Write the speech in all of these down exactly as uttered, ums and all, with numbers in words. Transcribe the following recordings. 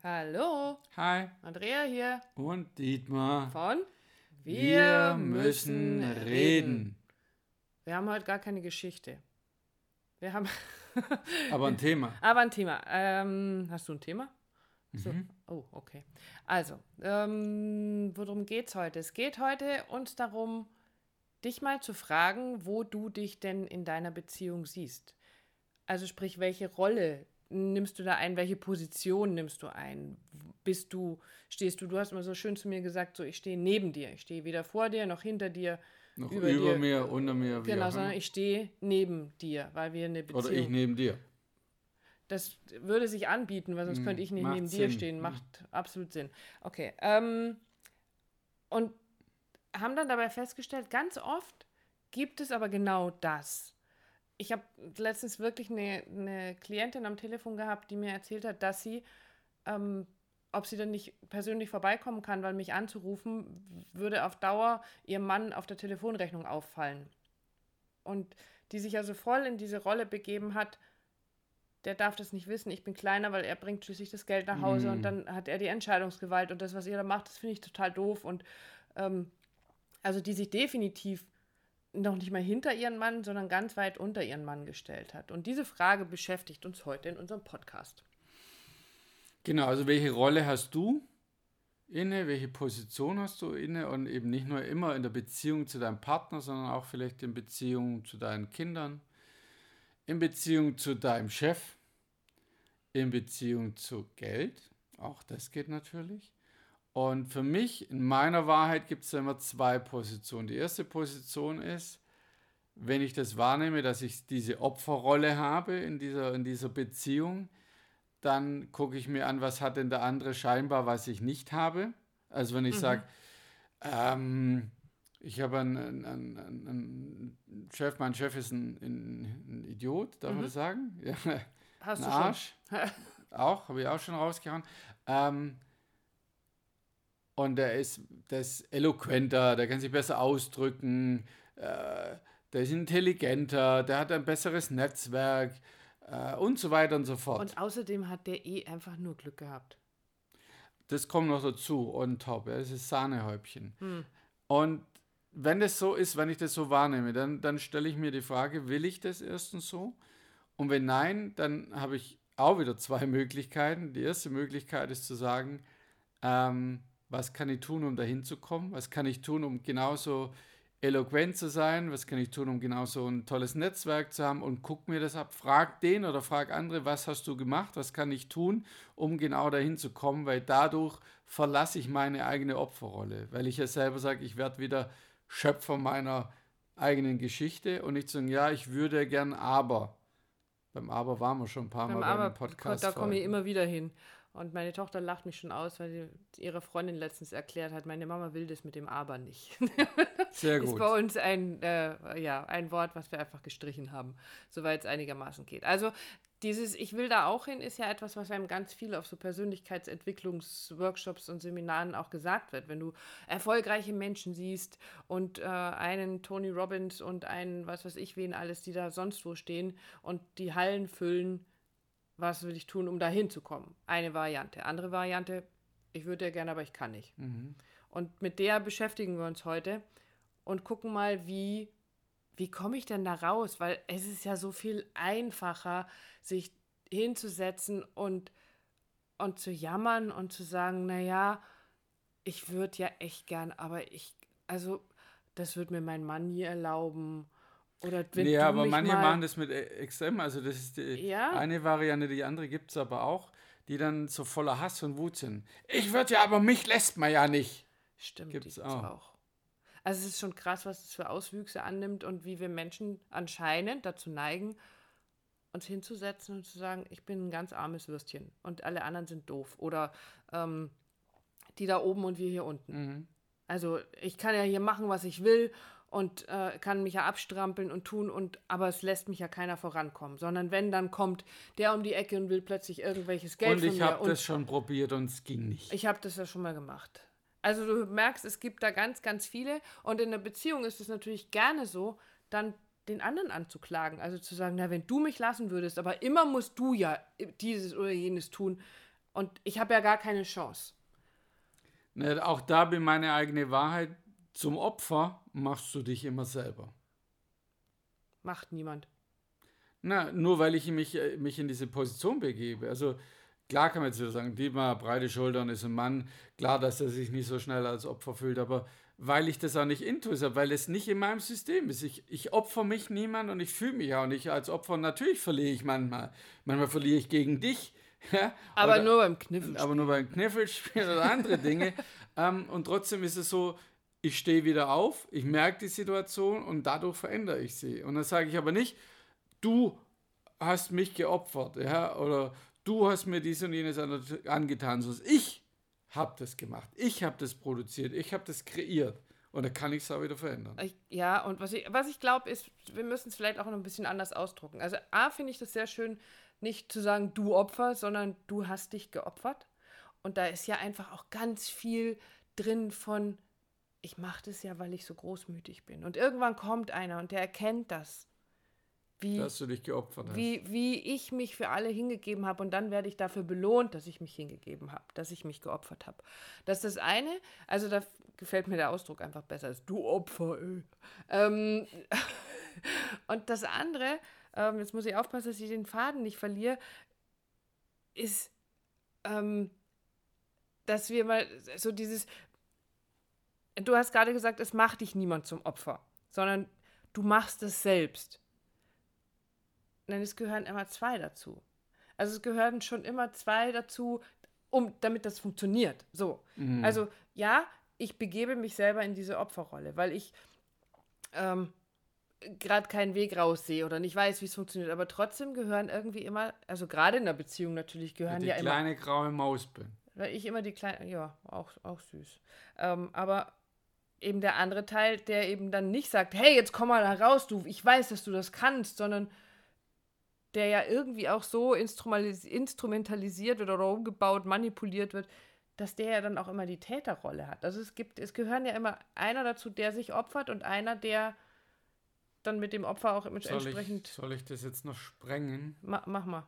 Hallo, Hi. Andrea hier Und Dietmar. von Wir müssen reden. Wir haben heute gar keine Geschichte. Wir haben Aber ein Thema. aber ein Thema. Ähm, hast du ein Thema? So. Mhm. Oh, okay. Also, ähm, worum geht's heute? Es geht heute uns darum, dich mal zu fragen, wo du dich denn in deiner Beziehung siehst. Also sprich, welche Rolle nimmst du da ein, welche Position nimmst du ein? Bist du, stehst du, du hast immer so schön zu mir gesagt, so ich stehe neben dir, ich stehe weder vor dir noch hinter dir, Noch über, über, dir, mir, unter mir, wie genau, auch sondern immer. ich stehe neben dir, weil wir eine Oder ich Beziehung, neben dir. das würde sich anbieten, weil sonst Hm, könnte ich nicht macht neben dir Sinn. stehen, Hm. macht absolut Sinn. Okay, ähm, und haben dann dabei festgestellt, ganz oft gibt es aber genau das. Ich habe letztens wirklich eine, eine Klientin am Telefon gehabt, die mir erzählt hat, dass sie, ähm, ob sie denn nicht persönlich vorbeikommen kann, weil mich anzurufen, würde auf Dauer ihrem Mann auf der Telefonrechnung auffallen. Und die sich also voll in diese Rolle begeben hat, der darf das nicht wissen, ich bin kleiner, weil er bringt schließlich das Geld nach Hause und Hm. dann hat er die Entscheidungsgewalt und das, was ihr da macht, das finde ich total doof. Und ähm, also die sich definitiv noch nicht mal hinter ihren Mann, sondern ganz weit unter ihren Mann gestellt hat. Und diese Frage beschäftigt uns heute in unserem Podcast. Genau, also welche Rolle hast du inne, welche Position hast du inne und eben nicht nur immer in der Beziehung zu deinem Partner, sondern auch vielleicht in Beziehung zu deinen Kindern, in Beziehung zu deinem Chef, in Beziehung zu Geld, auch das geht natürlich. Und für mich, in meiner Wahrheit, gibt es immer zwei Positionen. Die erste Position ist, wenn ich das wahrnehme, dass ich diese Opferrolle habe in dieser, in dieser Beziehung, dann gucke ich mir an, was hat denn der andere scheinbar, was ich nicht habe. Also wenn ich Mhm. sage, ähm, ich habe einen, einen, einen, einen Chef, mein Chef ist ein, ein, ein Idiot, darf man Mhm. das sagen? Ja, Hast ein du schon. Arsch, auch, habe ich auch schon rausgehauen. Ähm, Und der ist, der ist eloquenter, der kann sich besser ausdrücken, äh, der ist intelligenter, der hat ein besseres Netzwerk äh, und so weiter und so Und fort. außerdem hat der eh einfach nur Glück gehabt. Das kommt noch dazu, on top. Ja, das ist Sahnehäubchen. Hm. Und wenn das so ist, wenn ich das so wahrnehme, dann, dann stelle ich mir die Frage, will ich das erstens so? Und wenn nein, dann habe ich auch wieder zwei Möglichkeiten. Die erste Möglichkeit ist zu sagen, ähm, was kann ich tun, um dahin zu kommen? Was kann ich tun, um genauso eloquent zu sein? Was kann ich tun, um genauso ein tolles Netzwerk zu haben? Und guck mir das ab. Frag den oder frag andere, was hast du gemacht? Was kann ich tun, um genau dahin zu kommen? Weil dadurch verlasse ich meine eigene Opferrolle. Weil ich ja selber sage, ich werde wieder Schöpfer meiner eigenen Geschichte und nicht sagen, ja, ich würde gern, aber. Beim Aber waren wir schon ein paar Beim Mal bei den Aber, da komme ich Podcast-Folgen. immer wieder hin. Und meine Tochter lacht mich schon aus, weil sie ihre Freundin letztens erklärt hat, meine Mama will das mit dem Aber nicht. Sehr Ist bei gut. uns ein, äh, ja, ein Wort, was wir einfach gestrichen haben, soweit es einigermaßen geht. Also dieses Ich will da auch hin ist ja etwas, was einem ganz viel auf so Persönlichkeitsentwicklungsworkshops und Seminaren auch gesagt wird. Wenn du erfolgreiche Menschen siehst und äh, einen Tony Robbins und einen, was weiß ich wen alles, die da sonst wo stehen und die Hallen füllen, was will ich tun, um da hinzukommen? Eine Variante. Andere Variante, ich würde ja gerne, aber ich kann nicht. Mhm. Und mit der beschäftigen wir uns heute und gucken mal, wie, wie komme ich denn da raus? Weil es ist ja so viel einfacher, sich hinzusetzen und, und zu jammern und zu sagen, naja, ich würde ja echt gern, aber ich, also das wird mir mein Mann nie erlauben. Oder wenn Ja, du aber mich manche machen mal, das mit e- Extrem. Also das ist die ja, eine Variante, die andere gibt es aber auch, die dann so voller Hass und Wut sind. Ich würde ja, aber mich lässt man ja nicht. stimmt, die Gibt's gibt's auch. auch. Also es ist schon krass, was das für Auswüchse annimmt und wie wir Menschen anscheinend dazu neigen, uns hinzusetzen und zu sagen, ich bin ein ganz armes Würstchen und alle anderen sind doof. Oder ähm, die da oben und wir hier unten. Mhm. Also ich kann ja hier machen, was ich will und äh, kann mich ja abstrampeln und tun, und aber es lässt mich ja keiner vorankommen. Sondern wenn, dann kommt der um die Ecke und will plötzlich irgendwelches Geld Und von ich mir. habe Und das schon probiert und es ging nicht. ich habe das ja schon mal gemacht. Also du merkst, es gibt da ganz, ganz viele. Und in einer Beziehung ist es natürlich gerne so, dann den anderen anzuklagen. Also zu sagen, na, wenn du mich lassen würdest, aber immer musst du ja dieses oder jenes tun. Und ich habe ja gar keine Chance. Ne, auch da bin meine eigene Wahrheit. Zum Opfer machst du dich immer selber. Macht niemand. Na, nur weil ich mich, äh, mich in diese Position begebe. Also klar kann man jetzt wieder sagen, Dietmar, breite Schultern ist ein Mann. Klar, dass er sich nicht so schnell als Opfer fühlt, aber weil ich das auch nicht intus habe, weil es nicht in meinem System ist. Ich, ich opfer mich niemand und ich fühle mich auch nicht als Opfer. Natürlich verliere ich manchmal. Manchmal verliere ich gegen dich. Ja, Aber oder, nur beim Kniffel. aber nur beim Kniffelspiel oder andere Dinge. Ähm, und trotzdem ist es so, ich stehe wieder auf, ich merke die Situation und dadurch verändere ich sie. Und dann sage ich aber nicht, du hast mich geopfert, ja, oder du hast mir dies und jenes angetan, sondern ich habe das gemacht, ich habe das produziert, ich habe das kreiert und dann kann ich es auch wieder verändern. Ich, ja, und was ich, was ich glaube, ist, wir müssen es vielleicht auch noch ein bisschen anders ausdrucken. Also A, finde ich das sehr schön, nicht zu sagen, du Opfer, sondern du hast dich geopfert. Und da ist ja einfach auch ganz viel drin von, ich mache das ja, weil ich so großmütig bin. Und irgendwann kommt einer und der erkennt das. Wie, Dass du dich geopfert hast. wie, wie ich mich für alle hingegeben habe und dann werde ich dafür belohnt, dass ich mich hingegeben habe, dass ich mich geopfert habe. Das ist das eine, also da gefällt mir der Ausdruck einfach besser, als du Opfer, ey. Ähm, und das andere, ähm, jetzt muss ich aufpassen, dass ich den Faden nicht verliere, ist, ähm, dass wir mal so dieses, du hast gerade gesagt, es macht dich niemand zum Opfer, sondern du machst es selbst. Nein, es gehören immer zwei dazu. Also es gehören schon immer zwei dazu, um, damit das funktioniert. So. Mhm. Also ja, ich begebe mich selber in diese Opferrolle, weil ich ähm, gerade keinen Weg raussehe oder nicht weiß, wie es funktioniert. Aber trotzdem gehören irgendwie immer, also gerade in einer Beziehung natürlich, gehören die ja immer. kleine graue Maus bin. Weil ich immer die kleine, ja, auch, auch süß. Ähm, aber eben der andere Teil, der eben dann nicht sagt, hey, jetzt komm mal da raus, du, ich weiß, dass du das kannst, sondern der ja irgendwie auch so instrumentalis- instrumentalisiert oder umgebaut, manipuliert wird, dass der ja dann auch immer die Täterrolle hat. Also es gibt, es gehören ja immer einer dazu, der sich opfert und einer, der dann mit dem Opfer auch Soll entsprechend. ich, soll ich das jetzt noch sprengen? Ma, mach mal.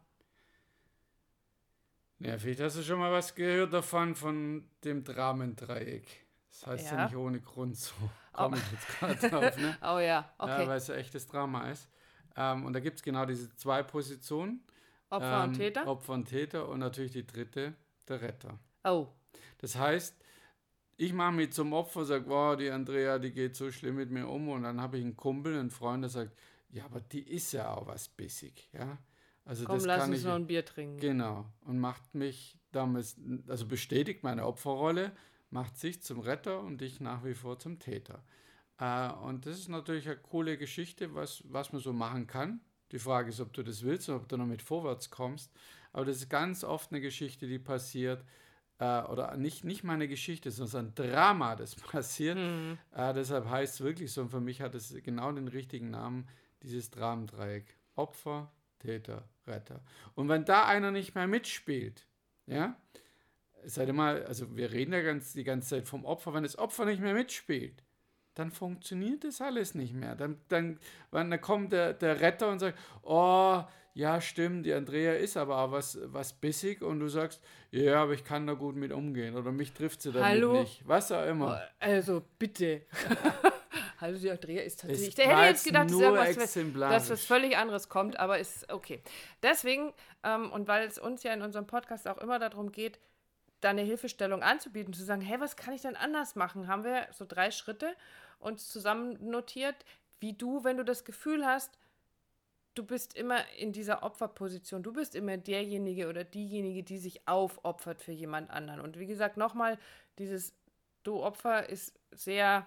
Ja, vielleicht hast du schon mal was gehört davon, von dem Dramendreieck. Das heißt ja, Ja. nicht ohne Grund so. Oh. Komme ich jetzt gerade drauf, ne? Oh ja, okay. Ja, weil es ja echtes Drama ist. Ähm, und da gibt es genau diese zwei Positionen. Opfer ähm, und Täter? Opfer und Täter und natürlich die dritte, der Retter. Oh. Das heißt, ich mache mich zum Opfer, sage, wow, die Andrea, die geht so schlimm mit mir um. Und dann habe ich einen Kumpel, einen Freund, der sagt, ja, aber die ist ja auch was bissig, ja. Also Komm, das lass kann uns ich, noch ein Bier trinken. genau, und macht mich damals, also bestätigt meine Opferrolle, macht sich zum Retter und ich nach wie vor zum Täter. Äh, und das ist natürlich eine coole Geschichte, was, was man so machen kann. Die Frage ist, ob du das willst und ob du damit vorwärts kommst. Aber das ist ganz oft eine Geschichte, die passiert, äh, oder nicht, nicht mal eine Geschichte, sondern ein Drama, das passiert. Mhm. Äh, deshalb heißt es wirklich so, und für mich hat es genau den richtigen Namen, dieses Dramendreieck. Opfer, Täter, Retter. Und wenn da einer nicht mehr mitspielt, ja, seid ihr mal, also wir reden ja ganz, die ganze Zeit vom Opfer, wenn das Opfer nicht mehr mitspielt, dann funktioniert das alles nicht mehr. Dann, dann, dann kommt der, der Retter und sagt, oh, ja stimmt, die Andrea ist aber auch was, was bissig und du sagst, ja, aber ich kann da gut mit umgehen oder mich trifft sie damit Hallo? nicht. Was auch immer. Also, bitte. Hallo, die Andrea ist tatsächlich. Es Ich hätte war jetzt gedacht, dass nur irgendwas, dass exemplarisch. was völlig anderes kommt, aber ist okay. Deswegen, ähm, und weil es uns ja in unserem Podcast auch immer darum geht, da eine Hilfestellung anzubieten, zu sagen, hey, was kann ich denn anders machen? Haben wir so drei Schritte uns zusammen notiert, wie du, wenn du das Gefühl hast, du bist immer in dieser Opferposition, du bist immer derjenige oder diejenige, die sich aufopfert für jemand anderen. Und wie gesagt, nochmal, dieses du Opfer ist sehr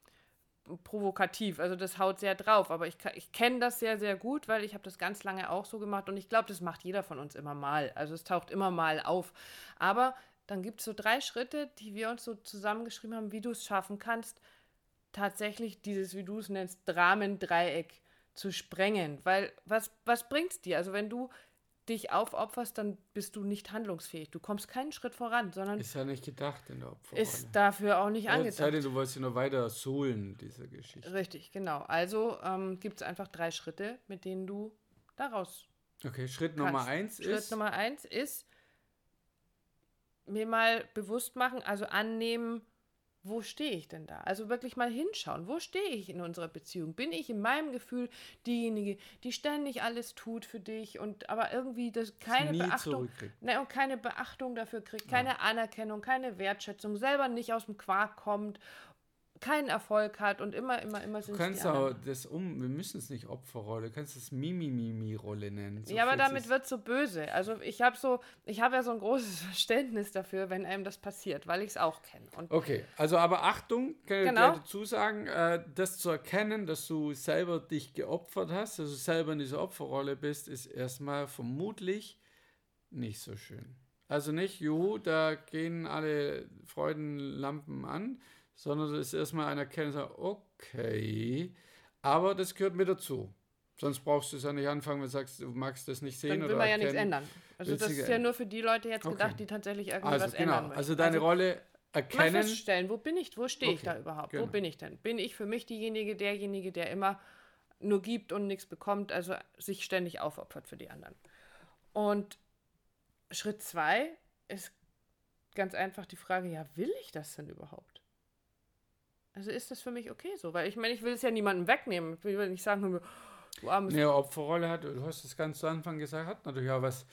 provokativ, also das haut sehr drauf, aber ich, ich kenne das sehr, sehr gut, weil ich habe das ganz lange auch so gemacht und ich glaube, das macht jeder von uns immer mal, also es taucht immer mal auf, aber dann gibt es so drei Schritte, die wir uns so zusammengeschrieben haben, wie du es schaffen kannst, tatsächlich dieses, wie du es nennst, Dramendreieck zu sprengen, weil was, was bringt es dir, also wenn du dich aufopferst, dann bist du nicht handlungsfähig. Du kommst keinen Schritt voran, sondern ist ja nicht gedacht in der Opferrolle. Ist dafür auch nicht Ja, angedacht. es sei denn, du wolltest sie noch weiter suhlen, diese Geschichte. Richtig, genau. Also ähm, gibt es einfach drei Schritte, mit denen du daraus Okay, Schritt kannst. Nummer eins Schritt ist, Nummer eins ist, mir mal bewusst machen, also annehmen, wo stehe ich denn da? Also wirklich mal hinschauen, wo stehe ich in unserer Beziehung? Bin ich in meinem Gefühl diejenige, die ständig alles tut für dich und aber irgendwie das keine nie Beachtung, zurückkriegt. ne, und keine Beachtung dafür kriegt, keine ja. Anerkennung, keine Wertschätzung, selber nicht aus dem Quark kommt, keinen Erfolg hat und immer, immer, immer sind Du kannst auch das um, wir müssen es nicht Opferrolle, du kannst es Mimi-Mimi-Rolle nennen. So ja, aber damit wird es so böse. Also ich habe so, ich habe ja so ein großes Verständnis dafür, wenn einem das passiert, weil ich es auch kenne. Okay, also aber Achtung, kann ich genau. gleich dazu sagen, äh, das zu erkennen, dass du selber dich geopfert hast, dass du selber in dieser Opferrolle bist, ist erstmal vermutlich nicht so schön. Also nicht, juhu, da gehen alle Freudenlampen an, sondern es ist erstmal ein Erkennen, okay, aber das gehört mit dazu. Sonst brauchst du es ja nicht anfangen, wenn du sagst, du magst das nicht sehen. Dann will oder man ja erkennen. nichts ändern. Also Willst das ist ja nur für die Leute jetzt gedacht, okay. die tatsächlich irgendwas also, genau. ändern möchten. Also deine also, Rolle erkennen. Mal feststellen, wo bin ich, wo stehe okay. ich da überhaupt? Genau. Wo bin ich denn? Bin ich für mich diejenige, derjenige, der immer nur gibt und nichts bekommt, also sich ständig aufopfert für die anderen. Und Schritt zwei ist ganz einfach die Frage, ja, will ich das denn überhaupt? Also ist das für mich okay so? Weil ich meine, ich will es ja niemandem wegnehmen. Ich will nicht sagen, du armes... Nee, Opferrolle hat, du hast es ganz zu Anfang gesagt, hat natürlich auch was,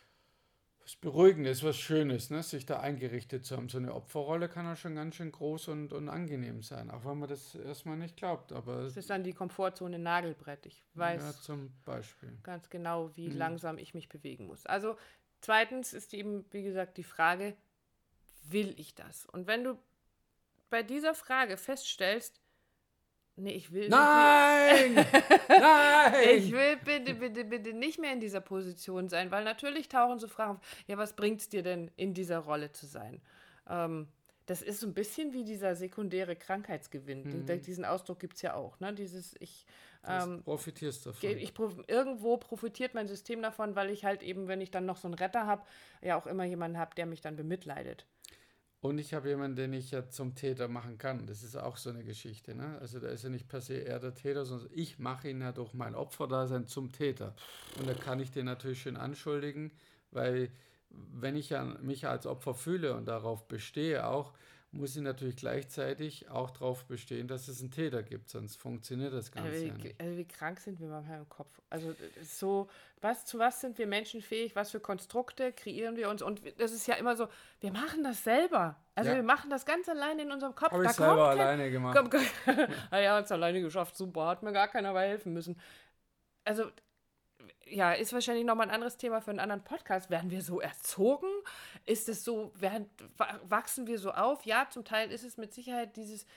was Beruhigendes, was Schönes, ne? Sich da eingerichtet zu haben. So eine Opferrolle kann auch schon ganz schön groß und, und angenehm sein, auch wenn man das erstmal nicht glaubt. Aber das ist dann die Komfortzone Nagelbrett. Ich weiß ja, zum Beispiel. ganz genau, wie mhm. langsam ich mich bewegen muss. Also zweitens ist eben, wie gesagt, die Frage, will ich das? Und wenn du bei dieser Frage feststellst, nee, ich will Nein! Nein! Ich will bitte, bitte, bitte nicht mehr in dieser Position sein, weil natürlich tauchen so Fragen auf, ja, was bringt es dir denn, in dieser Rolle zu sein? Ähm, das ist so ein bisschen wie dieser sekundäre Krankheitsgewinn. Mhm. Diesen Ausdruck gibt es ja auch, ne? Dieses, ich ähm, profitierst davon. Ich, irgendwo profitiert mein System davon, weil ich halt eben, wenn ich dann noch so einen Retter habe, ja auch immer jemanden habe, der mich dann bemitleidet. Und ich habe jemanden, den ich ja zum Täter machen kann. Das ist auch so eine Geschichte. Ne? Also da ist ja nicht per se er der Täter, sondern ich mache ihn ja durch mein Opferdasein zum Täter. Und da kann ich den natürlich schön anschuldigen, weil wenn ich ja mich als Opfer fühle und darauf bestehe auch, muss ich natürlich gleichzeitig auch darauf bestehen, dass es einen Täter gibt, sonst funktioniert das Ganze also wie, ja nicht. Also wie krank sind wir manchmal im Kopf? Also so, was, zu was sind wir menschenfähig, was für Konstrukte kreieren wir uns? Und das ist ja immer so, wir machen das selber. Also ja. wir machen das ganz alleine in unserem Kopf. Habe ich selber kein, alleine gemacht. Komm, komm, ah ja, hat es alleine geschafft, super, hat mir gar keiner dabei helfen müssen. Also ja, ist wahrscheinlich nochmal ein anderes Thema für einen anderen Podcast. Werden wir so erzogen? Ist es so, werden, wachsen wir so auf? Ja, zum Teil ist es mit Sicherheit dieses,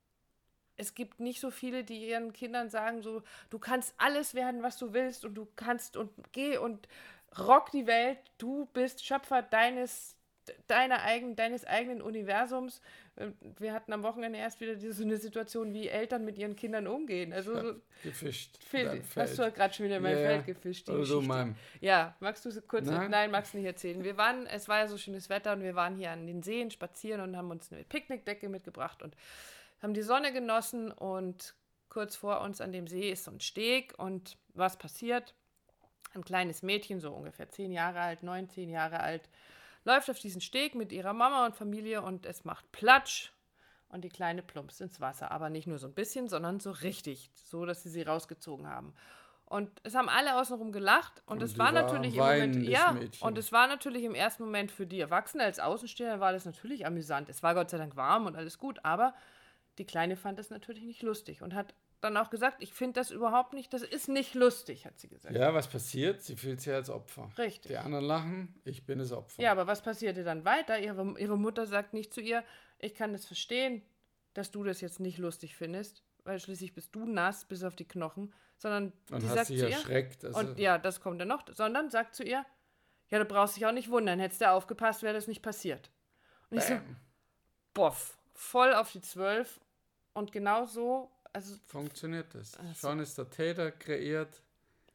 es gibt nicht so viele, die ihren Kindern sagen so, du kannst alles werden, was du willst und du kannst und geh und rock die Welt, du bist Schöpfer deines, deiner eigen, deines eigenen Universums. Wir hatten am Wochenende erst wieder so eine Situation, wie Eltern mit ihren Kindern umgehen. Also so gefischt. Feld, hast du gerade schon wieder in mein yeah. Feld gefischt. Die also mein. Ja, magst du so kurz? Nein? Nein, magst du nicht erzählen. Wir waren, es war ja so schönes Wetter und wir waren hier an den Seen spazieren und haben uns eine Picknickdecke mitgebracht und haben die Sonne genossen und kurz vor uns an dem See ist so ein Steg und was passiert? Ein kleines Mädchen, so ungefähr zehn Jahre alt, neun, zehn Jahre alt, läuft auf diesen Steg mit ihrer Mama und Familie und es macht Platsch und die Kleine plumpst ins Wasser. Aber nicht nur so ein bisschen, sondern so richtig, so, dass sie sie rausgezogen haben. Und es haben alle außenrum gelacht und, und es war natürlich im Moment, ja, Mädchen. Und es war natürlich im ersten Moment für die Erwachsenen als Außenstehender war das natürlich amüsant. Es war Gott sei Dank warm und alles gut, aber die Kleine fand das natürlich nicht lustig und hat dann auch gesagt, ich finde das überhaupt nicht, das ist nicht lustig, hat sie gesagt. Ja, was passiert? Sie fühlt sich als Opfer. Richtig. Die anderen lachen, ich bin das Opfer. Ja, aber was passierte dann weiter? Ihre, ihre Mutter sagt nicht zu ihr, ich kann das verstehen, dass du das jetzt nicht lustig findest, weil schließlich bist du nass bis auf die Knochen, sondern und sie hast sagt sie zu erschreckt. ihr, also und ja, das kommt dann noch, sondern sagt zu ihr, ja, du brauchst dich auch nicht wundern, hättest du aufgepasst, wäre das nicht passiert. Und ich so, boff, voll auf die Zwölf und genau so, also funktioniert das. Also, schon ist der Täter kreiert.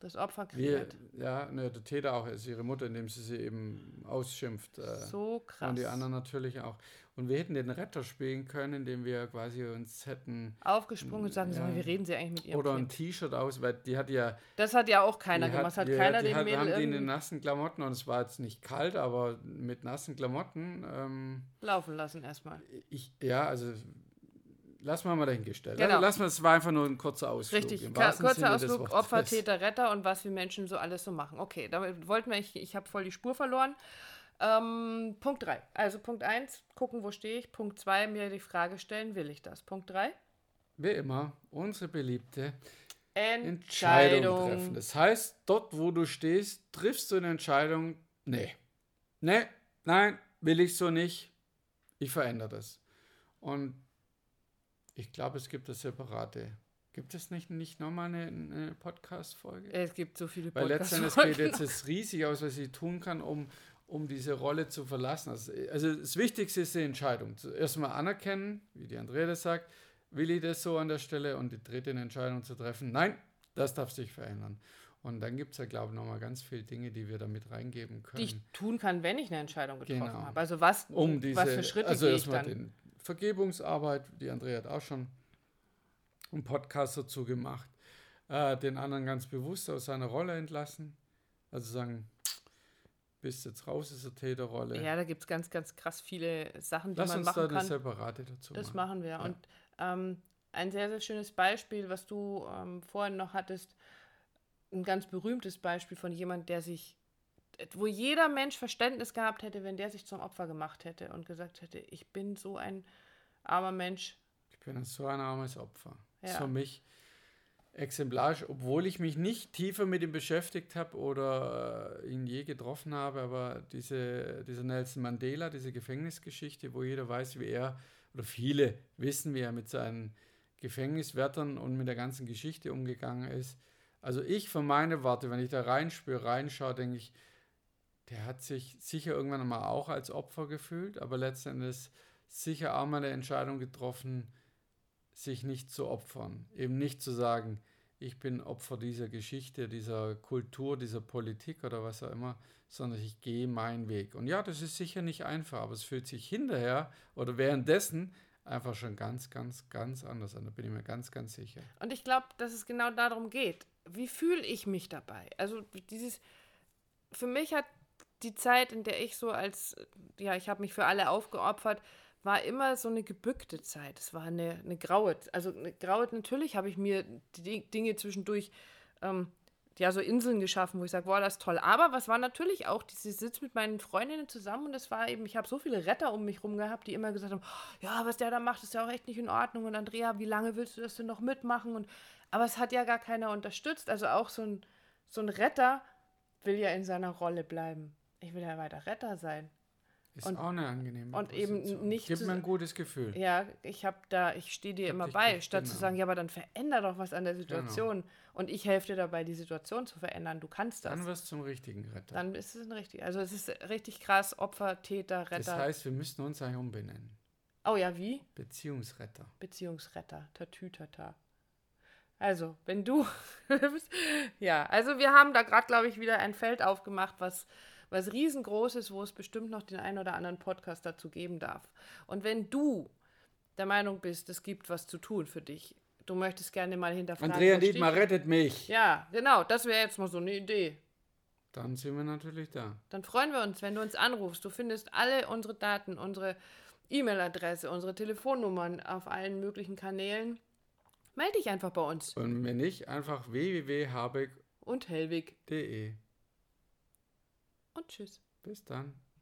Das Opfer Wir, kreiert. ja, ne, der Täter auch ist ihre Mutter, indem sie sie eben ausschimpft. Äh, So krass. und die anderen natürlich auch. Und wir hätten den Retter spielen können, indem wir quasi uns hätten... Aufgesprungen und sagen, ja, sag mal, wie reden sie eigentlich mit ihrem Oder ein Kind? T-Shirt aus, weil die hat ja... Das hat ja auch keiner die gemacht. Das hat die keiner die dem hat, Mädel haben die in irgendwie den nassen Klamotten, und es war jetzt nicht kalt, aber mit nassen Klamotten... Ähm, laufen lassen erstmal. ich, ja, also... Lassen wir mal dahingestellt. Genau. Also lassen wir, es war einfach nur ein kurzer Ausflug. Richtig, im ka- wahrsten Sinne kurzer des Ausflug, Wortes. Opfer, Täter, Retter und was wir Menschen so alles so machen. Okay, damit wollten wir, ich, ich habe voll die Spur verloren. Ähm, Punkt drei. Also Punkt eins, gucken, wo stehe ich. Punkt zwei, mir die Frage stellen, will ich das? Punkt drei, Wie immer, unsere beliebte Entscheidung. Entscheidung treffen. Das heißt, dort, wo du stehst, triffst du eine Entscheidung, nee, nee, nein, will ich so nicht, ich verändere das. Und ich glaube, es gibt das separate. Gibt es nicht, nicht nochmal eine, eine Podcast-Folge? Es gibt so viele Weil letztendlich Podcasts. geht jetzt es riesig aus, was ich tun kann, um, um diese Rolle zu verlassen. Also, also das Wichtigste ist die Entscheidung. Zuerst mal anerkennen, wie die Andrea das sagt, will ich das so an der Stelle, und die dritte eine Entscheidung zu treffen, nein, das darf sich verändern. Und dann gibt es ja, glaube ich, nochmal ganz viele Dinge, die wir da mit reingeben können. Die ich tun kann, wenn ich eine Entscheidung getroffen Genau. habe. Also was, um diese, was für Schritte also gehe ich erstmal dann? den Vergebungsarbeit, die Andrea hat auch schon einen Podcast dazu gemacht, äh, den anderen ganz bewusst aus seiner Rolle entlassen. Also sagen, bist jetzt raus aus der Täterrolle. Ja, da gibt es ganz, ganz krass viele Sachen, die Lass man uns machen da kann. das Separate dazu Das machen. machen wir. Ja. Und ähm, ein sehr, sehr schönes Beispiel, was du ähm, vorhin noch hattest, ein ganz berühmtes Beispiel von jemand, der sich, wo jeder Mensch Verständnis gehabt hätte, wenn der sich zum Opfer gemacht hätte und gesagt hätte, ich bin so ein armer Mensch. Ich bin so ein armes Opfer. Das ist Ja. für mich exemplarisch, obwohl ich mich nicht tiefer mit ihm beschäftigt habe oder äh, ihn je getroffen habe, aber diese, dieser Nelson Mandela, diese Gefängnisgeschichte, wo jeder weiß, wie er, oder viele wissen, wie er mit seinen Gefängniswärtern und mit der ganzen Geschichte umgegangen ist. Also ich von meiner Warte, wenn ich da reinspüre, reinschaue, denke ich, der hat sich sicher irgendwann mal auch als Opfer gefühlt, aber letztendlich sicher auch mal eine Entscheidung getroffen, sich nicht zu opfern. Eben nicht zu sagen, ich bin Opfer dieser Geschichte, dieser Kultur, dieser Politik oder was auch immer, sondern ich gehe meinen Weg. Und ja, das ist sicher nicht einfach, aber es fühlt sich hinterher oder währenddessen einfach schon ganz, ganz, ganz anders an. Da bin ich mir ganz, ganz sicher. Und ich glaube, dass es genau darum geht. Wie fühle ich mich dabei? Also dieses, für mich hat die Zeit, in der ich so als, ja, ich habe mich für alle aufgeopfert, war immer so eine gebückte Zeit. Es war eine, eine graue, also eine graue, natürlich habe ich mir die Dinge zwischendurch, ähm, ja, so Inseln geschaffen, wo ich sage, boah, das ist toll. Aber was war natürlich auch, diese Sitz mit meinen Freundinnen zusammen, und das war eben, ich habe so viele Retter um mich rum gehabt, die immer gesagt haben, ja, was der da macht, ist ja auch echt nicht in Ordnung. Und Andrea, wie lange willst du das denn noch mitmachen? Und, aber es hat ja gar keiner unterstützt. Also auch so ein, so ein Retter will ja in seiner Rolle bleiben. Ich will ja weiter Retter sein. Ist Und- auch eine angenehme und eben Position. nicht Gibt zu- mir ein gutes Gefühl. Ja, ich habe da, ich stehe dir Hab immer dich bei, gut, statt zu genau. sagen, ja, aber dann veränder doch was an der Situation. Und ich helfe dir dabei, die Situation zu verändern. Du kannst das. Dann wirst du zum richtigen Retter. Dann ist es ein richtig. Also es ist richtig krass, Opfer, Täter, Retter. Das heißt, wir müssten uns eigentlich umbenennen. Oh ja, wie? Beziehungsretter. Beziehungsretter, Tatütata. Also, wenn du, ja, also wir haben da gerade, glaube ich, wieder ein Feld aufgemacht, was, was riesengroß ist, wo es bestimmt noch den einen oder anderen Podcast dazu geben darf. Und wenn du der Meinung bist, es gibt was zu tun für dich, du möchtest gerne mal hinterfragen. Andrea wo stehe Dietmar, ich? rettet mich. Ja, genau, das wäre jetzt mal so eine Idee. Dann sind wir natürlich da. Dann freuen wir uns, wenn du uns anrufst. Du findest alle unsere Daten, unsere E-Mail-Adresse, unsere Telefonnummern auf allen möglichen Kanälen. Melde dich einfach bei uns. Und wenn nicht, einfach w w w punkt habeck Und Hellwig. punkt de. Und tschüss. Bis dann.